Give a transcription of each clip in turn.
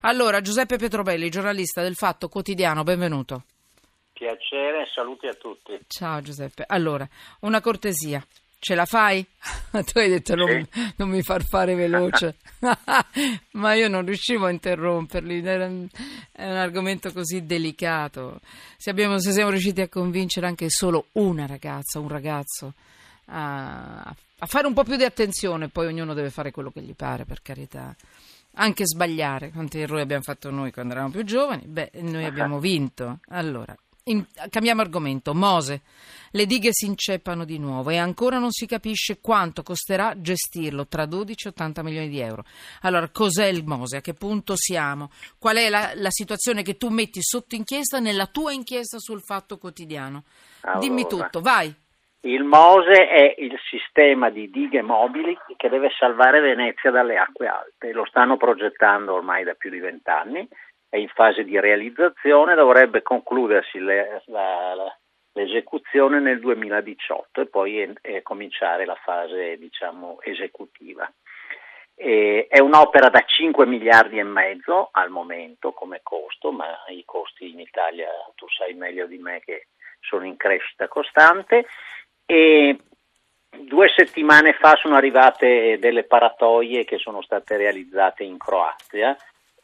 Allora, Giuseppe Pietrobelli, giornalista del Fatto Quotidiano, benvenuto. Piacere, saluti a tutti. Ciao Giuseppe. Allora, una cortesia, ce la fai? Tu hai detto non mi far fare veloce, ma io non riuscivo a interromperli, è un argomento così delicato. Se siamo riusciti a convincere anche solo una ragazza, un ragazzo, a fare un po' più di attenzione, poi ognuno deve fare quello che gli pare, per carità. Anche sbagliare, quanti errori abbiamo fatto noi quando eravamo più giovani, noi abbiamo vinto. Allora, cambiamo argomento. Mose, le dighe si inceppano di nuovo e ancora non si capisce quanto costerà gestirlo, tra 12 e 80 milioni di euro. Allora, cos'è il Mose? A che punto siamo? Qual è la situazione che tu metti sotto inchiesta nella tua inchiesta sul Fatto Quotidiano? Allora, dimmi tutto, vai. Il Mose è il sistema di dighe mobili che deve salvare Venezia dalle acque alte. Lo stanno progettando ormai da più di 20 anni, è in fase di realizzazione, dovrebbe concludersi l'esecuzione nel 2018 e poi cominciare la fase, esecutiva. È un'opera da 5 miliardi e mezzo al momento come costo, ma i costi in Italia tu sai meglio di me che sono in crescita costante. E 2 settimane fa sono arrivate delle paratoie che sono state realizzate in Croazia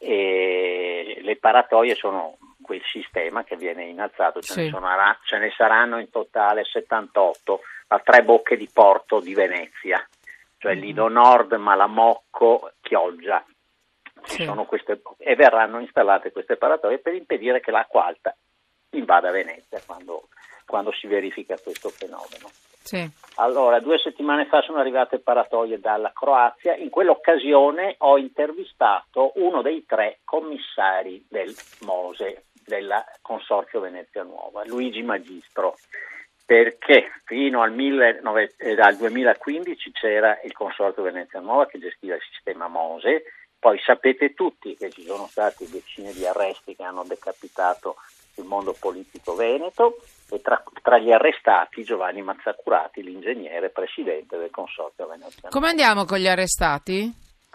e le paratoie sono quel sistema che viene innalzato, ce ne saranno in totale 78 a 3 bocche di porto di Venezia, cioè Lido Nord, Malamocco, Chioggia. Ci sono queste e verranno installate queste paratoie per impedire che l'acqua alta invada Venezia quando si verifica questo fenomeno. Sì. Allora, 2 settimane fa sono arrivate paratoie dalla Croazia. In quell'occasione ho intervistato uno dei 3 commissari del Mose, del Consorzio Venezia Nuova, Luigi Magistro, perché fino al 2015 c'era il Consorzio Venezia Nuova che gestiva il sistema Mose. Poi sapete tutti che ci sono stati decine di arresti che hanno decapitato il mondo politico veneto e tra gli arrestati Giovanni Mazzacurati, l'ingegnere presidente del Consorzio Venezia. Come andiamo con gli arrestati?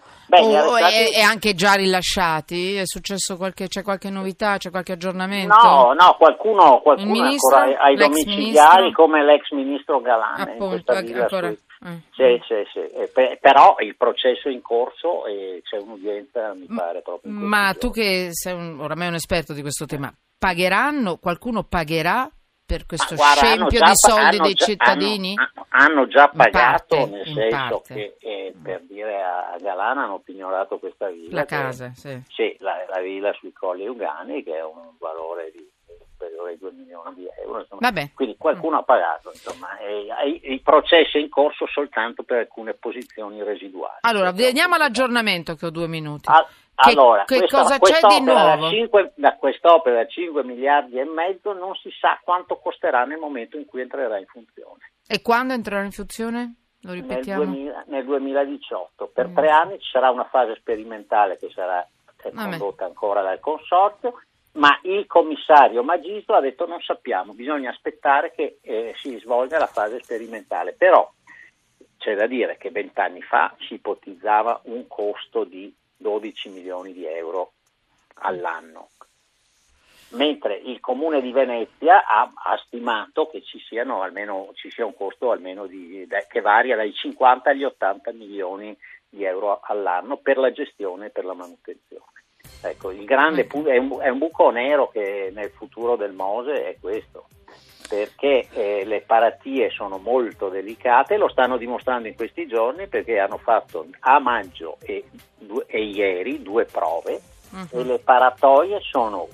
E anche già rilasciati? È successo c'è qualche novità, c'è qualche aggiornamento? No, qualcuno è ancora ai domiciliari come l'ex ministro Galan. Appunto, ancora. Sì. Però il processo è in corso e c'è un'udienza, mi pare proprio. Ma tu che sei oramai un esperto di questo tema, qualcuno pagherà per questo scempio di soldi dei cittadini? Hanno già pagato, nel senso che per dire a Galan hanno pignorato questa villa. La casa, sì. Sì, la villa sui Colli Euganei, che è un valore superiore ai 2 milioni di euro. Insomma. Quindi qualcuno ha pagato, insomma. Il processo è in corso soltanto per alcune posizioni residuali. Allora, veniamo all'aggiornamento che ho 2 minuti. Allora, cosa c'è di nuovo? Da quest'opera da 5 miliardi e mezzo non si sa quanto costerà nel momento in cui entrerà in funzione. E quando entrerà in funzione? Lo ripetiamo? Nel 2018. Per 3 anni ci sarà una fase sperimentale che sarà condotta ancora dal consorzio, ma il commissario Magistro ha detto non sappiamo, bisogna aspettare che si svolga la fase sperimentale. Però c'è da dire che 20 anni fa si ipotizzava un costo di 12 milioni di euro all'anno, mentre il Comune di Venezia ha stimato che ci sia un costo almeno che varia dai 50 agli 80 milioni di euro all'anno per la gestione e per la manutenzione. Ecco, il grande è un buco nero che nel futuro del Mose è questo, perché le paratie sono molto delicate, lo stanno dimostrando in questi giorni perché hanno fatto a maggio e ieri 2 prove e le paratoie sono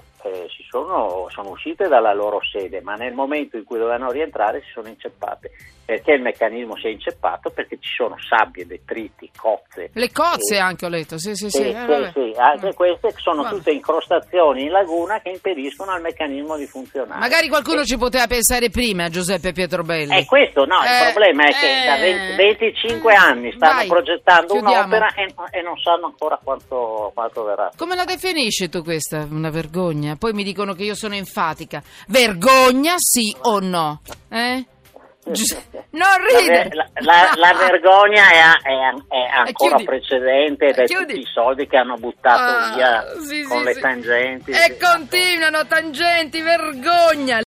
uscite dalla loro sede, ma nel momento in cui dovevano rientrare si sono inceppate. Perché il meccanismo si è inceppato? Perché ci sono sabbie, detriti, cozze. Le cozze anche ho letto, sì. Anche queste sono tutte incrostazioni in laguna che impediscono al meccanismo di funzionare. Magari qualcuno ci poteva pensare prima, Giuseppe Pietrobelli. Il problema è che da 25 anni stanno progettando un'opera e non sanno ancora quanto verrà. Come la definisci tu questa? Una vergogna? Poi mi dicono che io sono enfatica. Vergogna sì o no? Non ridere! La vergogna è ancora precedente da tutti i soldi che hanno buttato via con le tangenti. E continuano tangenti, vergogna!